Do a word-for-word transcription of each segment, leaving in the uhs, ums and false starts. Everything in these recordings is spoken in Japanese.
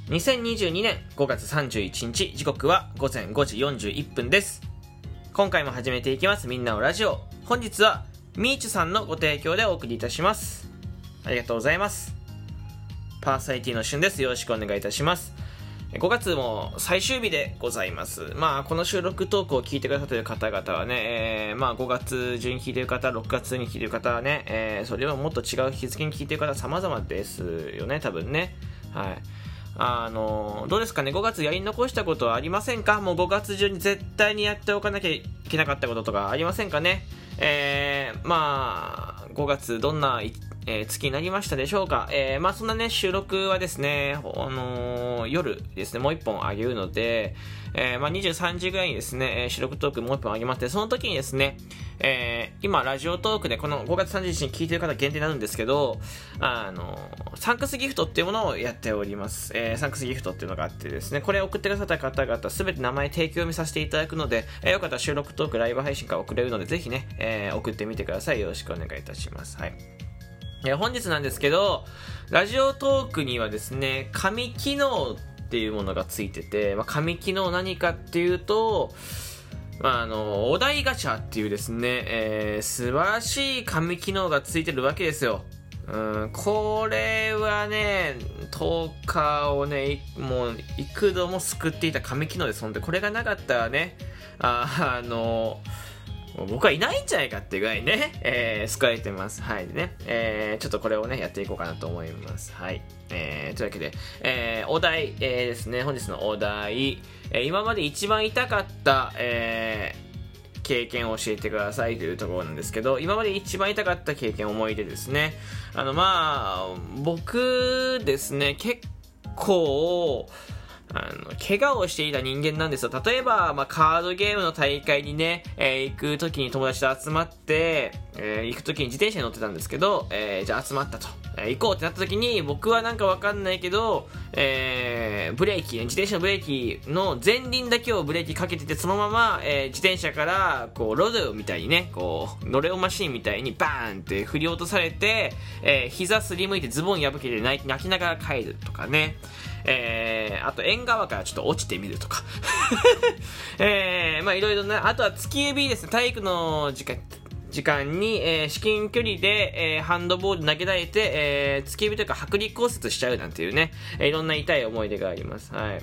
にせんにじゅうにねんごがつさんじゅういちにち、時刻はごぜんごじよんじゅういっぷんです。今回も始めていきますみんなのラジオ。本日はみーちゅさんのご提供でお送りいたします。ありがとうございます。パーソナリティのしゅんです。よろしくお願いいたします。ごがつも最終日でございます。まあこの収録トークを聞いてくださっている方々はね、えー、まあごがつ中に聞いている方、ろくがつに聞いている方はね、えー、それよりももっと違う日付に聞いている方は様々ですよね、多分ね。はい。あのどうですかね、ごがつやり残したことはありませんか？もうごがつ中に絶対にやっておかなきゃいけなかったこととかありませんかね？えー、まあごがつどんな、えー、月になりましたでしょうか？えー、まあそんなね、収録はですね、あのー、夜ですね、もう一本あげるので、えー、まあにじゅうさんじぐらいにですね、収録トークもう一本あげまして、その時にですね、えー、今ラジオトークでこのごがつさんじゅういちにちに聞いてる方限定になるんですけど、あのサンクスギフトっていうものをやっております。えー、サンクスギフトっていうのがあってですね、これを送ってくださった方々すべて名前提供見させていただくので、えー、よかったら収録トークライブ配信から送れるので、ぜひね、えー、送ってみてください。よろしくお願いいたします。はい。えー、本日なんですけど、ラジオトークにはですね、紙機能っていうものがついてて、まあ、紙機能何かっていうと、まあ、あのお題ガチャっていうですね、えー、素晴らしい紙機能がついてるわけですよ。うん、これはね、トーカーをね、もう幾度も救っていた紙機能です。ほんでこれがなかったらね、あ、あの僕はいないんじゃないかっていうぐらいね、えー、救われてます。はいね、えー、ちょっとこれをねやっていこうかなと思います。はい、えー、というわけで、えー、お題、えー、ですね、本日のお題、えー、今まで一番痛かった、えー、経験を教えてくださいというところなんですけど、今まで一番痛かった経験、思い出ですね。あのまあ僕ですね、結構あの怪我をしていた人間なんですよ。例えば、まあ、カードゲームの大会にね、えー、行く時に友達と集まって、えー、行く時に自転車に乗ってたんですけど、えー、じゃあ集まったと、えー、行こうってなった時に、僕はなんかわかんないけど、えー、ブレーキ、自転車のブレーキの前輪だけをブレーキかけてて、そのまま、えー、自転車からこうロデオみたいにね、こうノレオマシーンみたいにバーンって振り落とされて、えー、膝すりむいてズボン破けて泣きながら帰るとかね。えー、あと縁側からちょっと落ちてみるとかえー、まあいろいろな、あとは突き指ですね、体育の時間時間に、えー、至近距離で、えー、ハンドボール投げられて、えー、突き指というか剥離骨折しちゃうなんていうね、えー、いろんな痛い思い出があります。はい。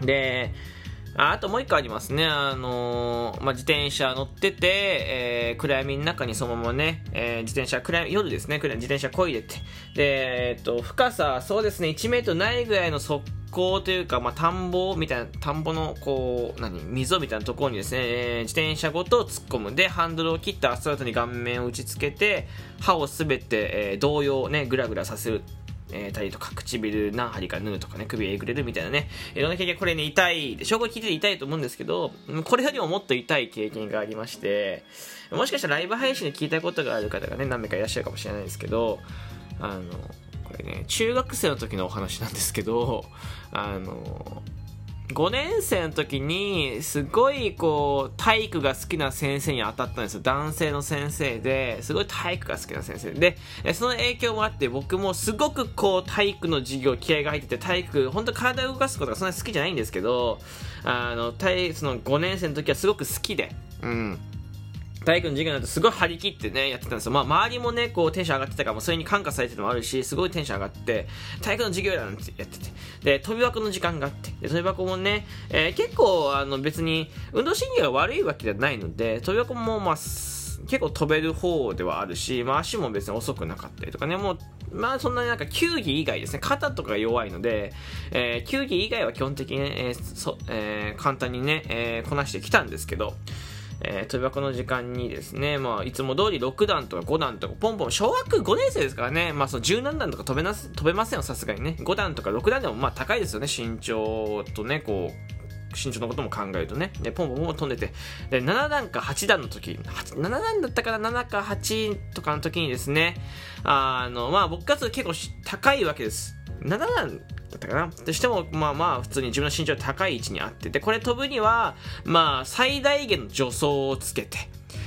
で、あ, あともう一個ありますね。あのー、まあ、自転車乗ってて、えー、暗闇の中にそのままね、えー、自転車、暗闇、夜ですね、暗闇自転車こいでて、で、えー、っと、深さ、そうですね、いちメートルないぐらいの側溝というか、まあ、田んぼみたいな、田んぼの、こう、何、溝みたいなところにですね、えー、自転車ごと突っ込む。で、ハンドルを切ったアスファルトに顔面を打ち付けて、歯をすべて、えー、同様ね、グラグラさせる。えー、たりとか、唇何針か縫うとかね、首えぐれるみたいなね、いろんな経験、これね、痛いで、証拠聞いてて痛いと思うんですけど、これよりももっと痛い経験がありまして、もしかしたらライブ配信で聞いたことがある方がね、何名かいらっしゃるかもしれないですけど、あの、これね、中学生の時のお話なんですけど、あの、ごねんせいの時にすごいこう体育が好きな先生に当たったんですよ。男性の先生ですごい体育が好きな先生で、その影響もあって僕もすごくこう体育の授業気合が入ってて、体育本当に体を動かすことがそんなに好きじゃないんですけど、あの体そのごねんせいの時はすごく好きで、うん体育の授業になるとすごい張り切ってねやってたんですよ。まあ周りもねこうテンション上がってたから、もうそれに感化されてるのもあるし、すごいテンション上がって体育の授業だなんてやってて、で飛び箱の時間があって、で飛び箱もね、えー、結構あの別に運動神経が悪いわけじゃないので、飛び箱もまあ結構飛べる方ではあるし、まあ足も別に遅くなかったりとかね、もうまあそんなになんか球技以外ですね、肩とかが弱いので、えー、球技以外は基本的にね、えーそえー、簡単にね、えー、こなしてきたんですけど、えー、飛び箱の時間にですね、まあ、いつも通りろくだんとかごだんとかポンポン、小学ごねんせいですからね、まあ、そのじゅうなんだんとか飛べなす飛べませんよ、さすがにね。ごだんとかろくだんでもまあ高いですよね、身長とね、こう身長のことも考えるとね。でポンポンポン飛んでて、でななだんかはちだんの時、ななだんだったからななかはちとかの時にですね、あのまあ僕が結構高いわけです。ななだんだったかな。としてもまあまあ普通に自分の身長高い位置にあって、でこれ飛ぶにはまあ最大限の助走をつけて、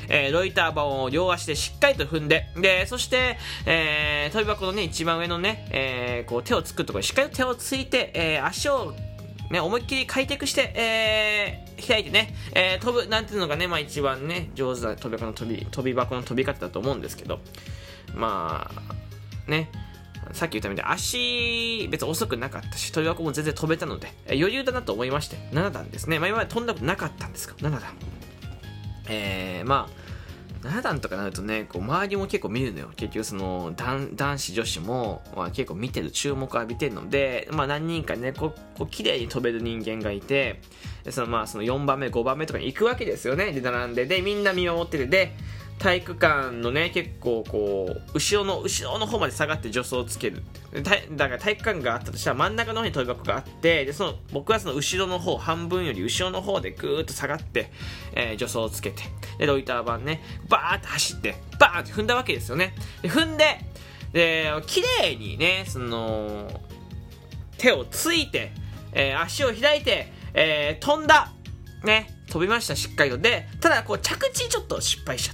えー、ロイター板を両足でしっかりと踏んで、で、そして、えー、跳び箱のね、一番上のね、えー、こう手をつくところにしっかりと手をついて、えー、足をね、思いっきり開脚して、えー、開いてね、えー、飛ぶなんていうのがね、まあ一番ね、上手な跳び箱の飛び、飛び箱の飛び方だと思うんですけど、まあ、ね、さっき言ったみたいに足別に遅くなかったし、飛び箱も全然飛べたので、えー、余裕だなと思いまして、なな段ですね。まあ今まで飛んだことなかったんですが、なな段。えー、まあ、なな段とかなるとね、こう周りも結構見るのよ。結局その 男, 男子女子も、まあ、結構見てる、注目を浴びてるので、まあ何人かね、こう、こう綺麗に飛べる人間がいて、でそのまあそのよんばんめ、ごばんめとかに行くわけですよね。で、並んで、で、みんな見守ってて、で、体育館のね、結構こう、後ろの、後ろの方まで下がって助走をつける。だから体育館があったとしたら真ん中の方に飛び箱があって、で、その、僕はその後ろの方、半分より後ろの方でぐーっと下がって、えー、助走をつけて、で、ロイター板ね、バーって走って、バーンって踏んだわけですよね。で、踏んで、で、綺麗にね、その、手をついて、えー、足を開いて、えー、飛んだ。ね、飛びました、しっかりと。で、ただ、こう、着地ちょっと失敗しちゃって。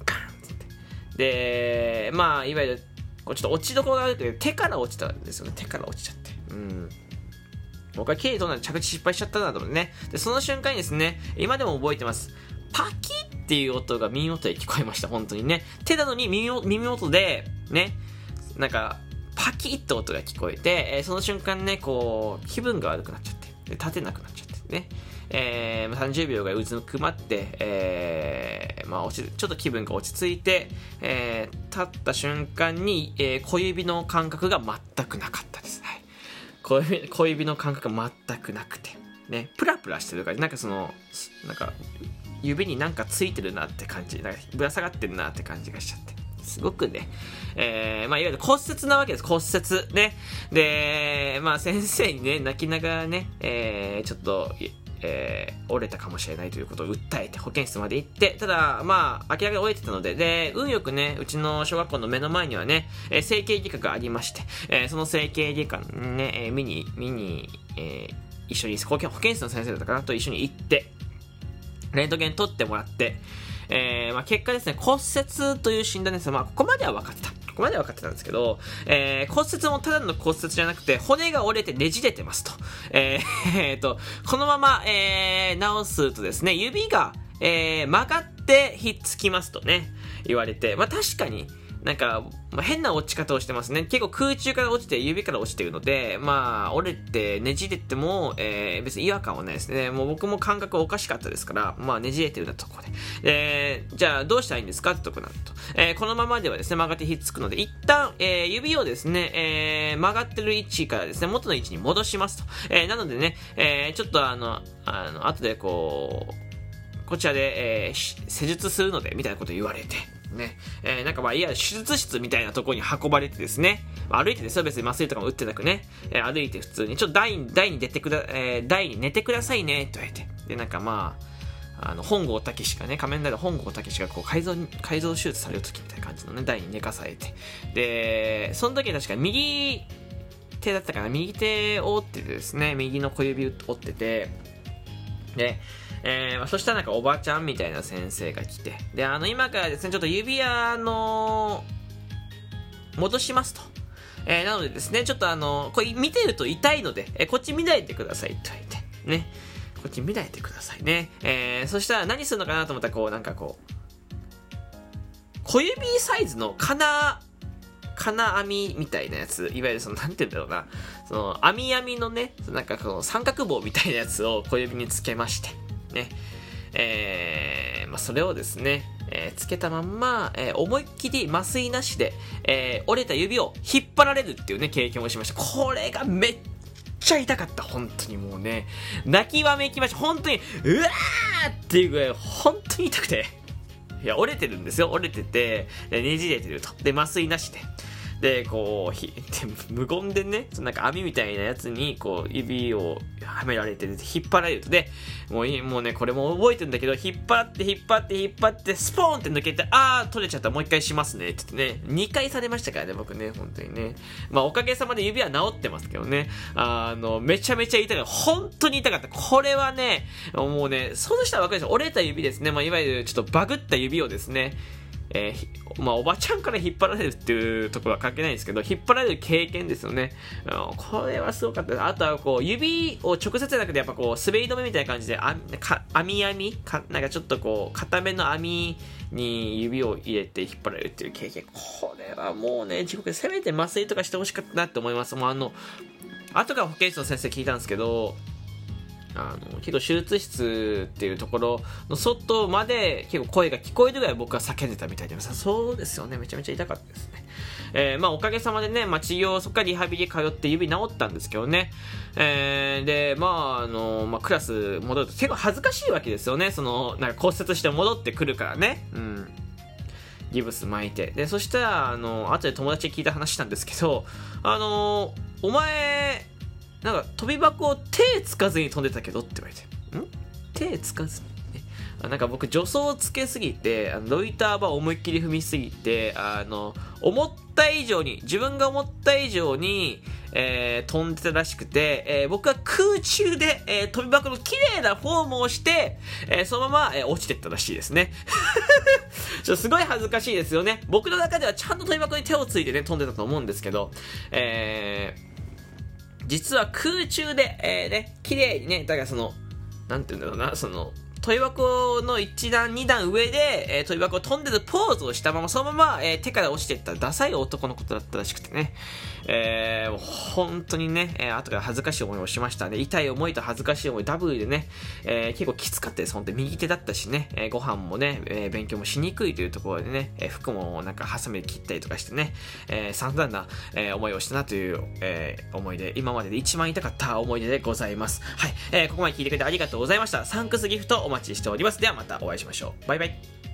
で、まあ、いわゆる、こうちょっと落ちどころがあるけど、手から落ちたんですよね。手から落ちちゃって。うん。僕は綺麗に飛んだら着地失敗しちゃったなと思ってね。で、その瞬間にですね、今でも覚えてます。パキッっていう音が耳元で聞こえました、本当にね。手なのに耳元、耳元で、ね、なんか、パキッと音が聞こえて、えー、その瞬間ね、こう、気分が悪くなっちゃって、で立てなくなっちゃってね。えー、さんじゅうびょうがうずくまって、えーまあ、落ちちょっと気分が落ち着いて、えー、立った瞬間に、えー、小指の感覚が全くなかったです、はい、小指、小指の感覚が全くなくて、ね、プラプラしてるから、なんかそのなんか指になんかついてるなって感じ、なんかぶら下がってるなって感じがしちゃって、すごくね、えーまあ、いわゆる骨折なわけです。骨折ね。で、まあ、先生にね、泣きながらね、えー、ちょっとえー、折れたかもしれないということを訴えて保健室まで行って、ただまあ明らかに折れてたので、で運よくね、うちの小学校の目の前にはね、えー、整形外科がありまして、えー、その整形外科にね、えー、見に見に、えー、一緒に保健、保健室の先生だったかなと一緒に行ってレントゲン取ってもらって、えーまあ、結果ですね、骨折という診断です。まあここまでは分かってた。ここまでは分かってたんですけど、えー、骨折もただの骨折じゃなくて、骨が折れてねじれてますと。えー、えー、と、このまま、えー、治すとですね、指が、えー、曲がってひっつきますとね、言われて、まあ確かに、なんか、まあ、変な落ち方をしてますね。結構空中から落ちて指から落ちてるので、まあ折れてねじれても、えー、別に違和感はないですね。もう僕も感覚おかしかったですから、まあねじれてるなところで、えー、じゃあどうしたらいいんですかってところなんと、えー、このままではですね曲がってひっつくので、一旦、えー、指をですね、えー、曲がってる位置からですね元の位置に戻しますと、えー、なのでね、えー、ちょっとあのあの後でこうこちらで、えー、施術するのでみたいなこと言われてね、えー、なんかまあいわゆる手術室みたいなところに運ばれてですね、まあ、歩いてですよ、別に麻酔とかも打ってなくね、えー、歩いて普通にちょっと台に台に出てくだ、えー、台に寝てくださいねって言われて、でなんかまああの本郷武史がね、仮面ライダー本郷武史がこう改造改造手術される時みたいな感じのね台に寝かされて、でその時に確か右手だったかな、右手を折っててですね、右の小指折ってて、でえーまあ、そしたらなんかおばちゃんみたいな先生が来て、であの今からですねちょっと指輪の戻しますと、えー、なのでですねちょっとあのこれ見てると痛いので、えー、こっち見ないでくださいって言われてね、こっち見ないでくださいね、えー、そしたら何するのかなと思ったら、こうなんかこう小指サイズの金金網みたいなやつ、いわゆるそのなんて言うんだろうな、その網網のね、なんかこの三角棒みたいなやつを小指につけましてね、えーまあ、それをですね、えー、つけたまんま、えー、思いっきり麻酔なしで、えー、折れた指を引っ張られるっていうね経験をしました。これがめっちゃ痛かった。本当にもうね泣きわめきました。本当にうわーっていうぐらい本当に痛くて、いや折れてるんですよ、折れててねじれてると、で麻酔なしでで、こう、ひ無言でね、なんか網みたいなやつに、こう、指をはめられて、引っ張られると、で、もういい、もうね、これも覚えてるんだけど、引っ張って、引っ張って、引っ張って、スポーンって抜けて、あー、取れちゃった、もう一回しますね、って言ってね、にかいされましたからね、僕ね、本当にね。まあ、おかげさまで指は治ってますけどね、あの、めちゃめちゃ痛かった。本当に痛かった。これはね、もうね、想像したらわかるでしょ。折れた指ですね、まあ、いわゆるちょっとバグった指をですね、えー、まあおばちゃんから引っ張られるっていうところは関係ないんですけど、引っ張られる経験ですよね。これはすごかった。あとはこう指を直接じゃなくてやっぱこう滑り止めみたいな感じであか網網かなんかちょっとこう固めの網に指を入れて引っ張られるっていう経験、これはもうね地獄で、せめて麻酔とかしてほしかったなって思います。もうあの後から保健室の先生聞いたんですけど、あの結構手術室っていうところの外まで結構声が聞こえるぐらい僕は叫んでたみたいで、そうですよね、めちゃめちゃ痛かったですね。えー、まあおかげさまでね、まあ、治療そっからリハビリ通って指治ったんですけどね、えー、でまああの、まあ、クラス戻ると結構恥ずかしいわけですよね。そのなんか骨折して戻ってくるからね、うんギブス巻いて、でそしたらあの後で友達に聞いた話なんですけど、あのお前なんか飛び箱を手つかずに飛んでたけどって言われて、ん手つかずに、ね、なんか僕助走をつけすぎて、あのロイターバー思いっきり踏みすぎて、あの思った以上に自分が思った以上に、えー、飛んでたらしくて、えー、僕は空中で、えー、飛び箱の綺麗なフォームをして、えー、そのまま、えー、落ちてったらしいですね。ちょっとすごい恥ずかしいですよね。僕の中ではちゃんと飛び箱に手をついてね飛んでたと思うんですけど、えー実は空中で、えー、ね、綺麗にね、だからその、なんていうんだろうな、その、飛び箱のいち段、に段上で、えー、飛び箱を飛んでるポーズをしたまま、そのまま、えー、手から落ちていったダサい男のことだったらしくてね。えー、もう本当にね、えー、後から恥ずかしい思いをしましたね。痛い思いと恥ずかしい思い、ダブルでね、えー、結構きつかったです。本当に右手だったしね、えー、ご飯もね、えー、勉強もしにくいというところでね、えー、服もなんかハサミで切ったりとかしてね、えー、散々な、えー、思いをしたなという、えー、思い出、今までで一番痛かった思い出でございます。はい、えー、ここまで聞いてくれてありがとうございました。サンクスギフトお待ちしております。ではまたお会いしましょう。バイバイ。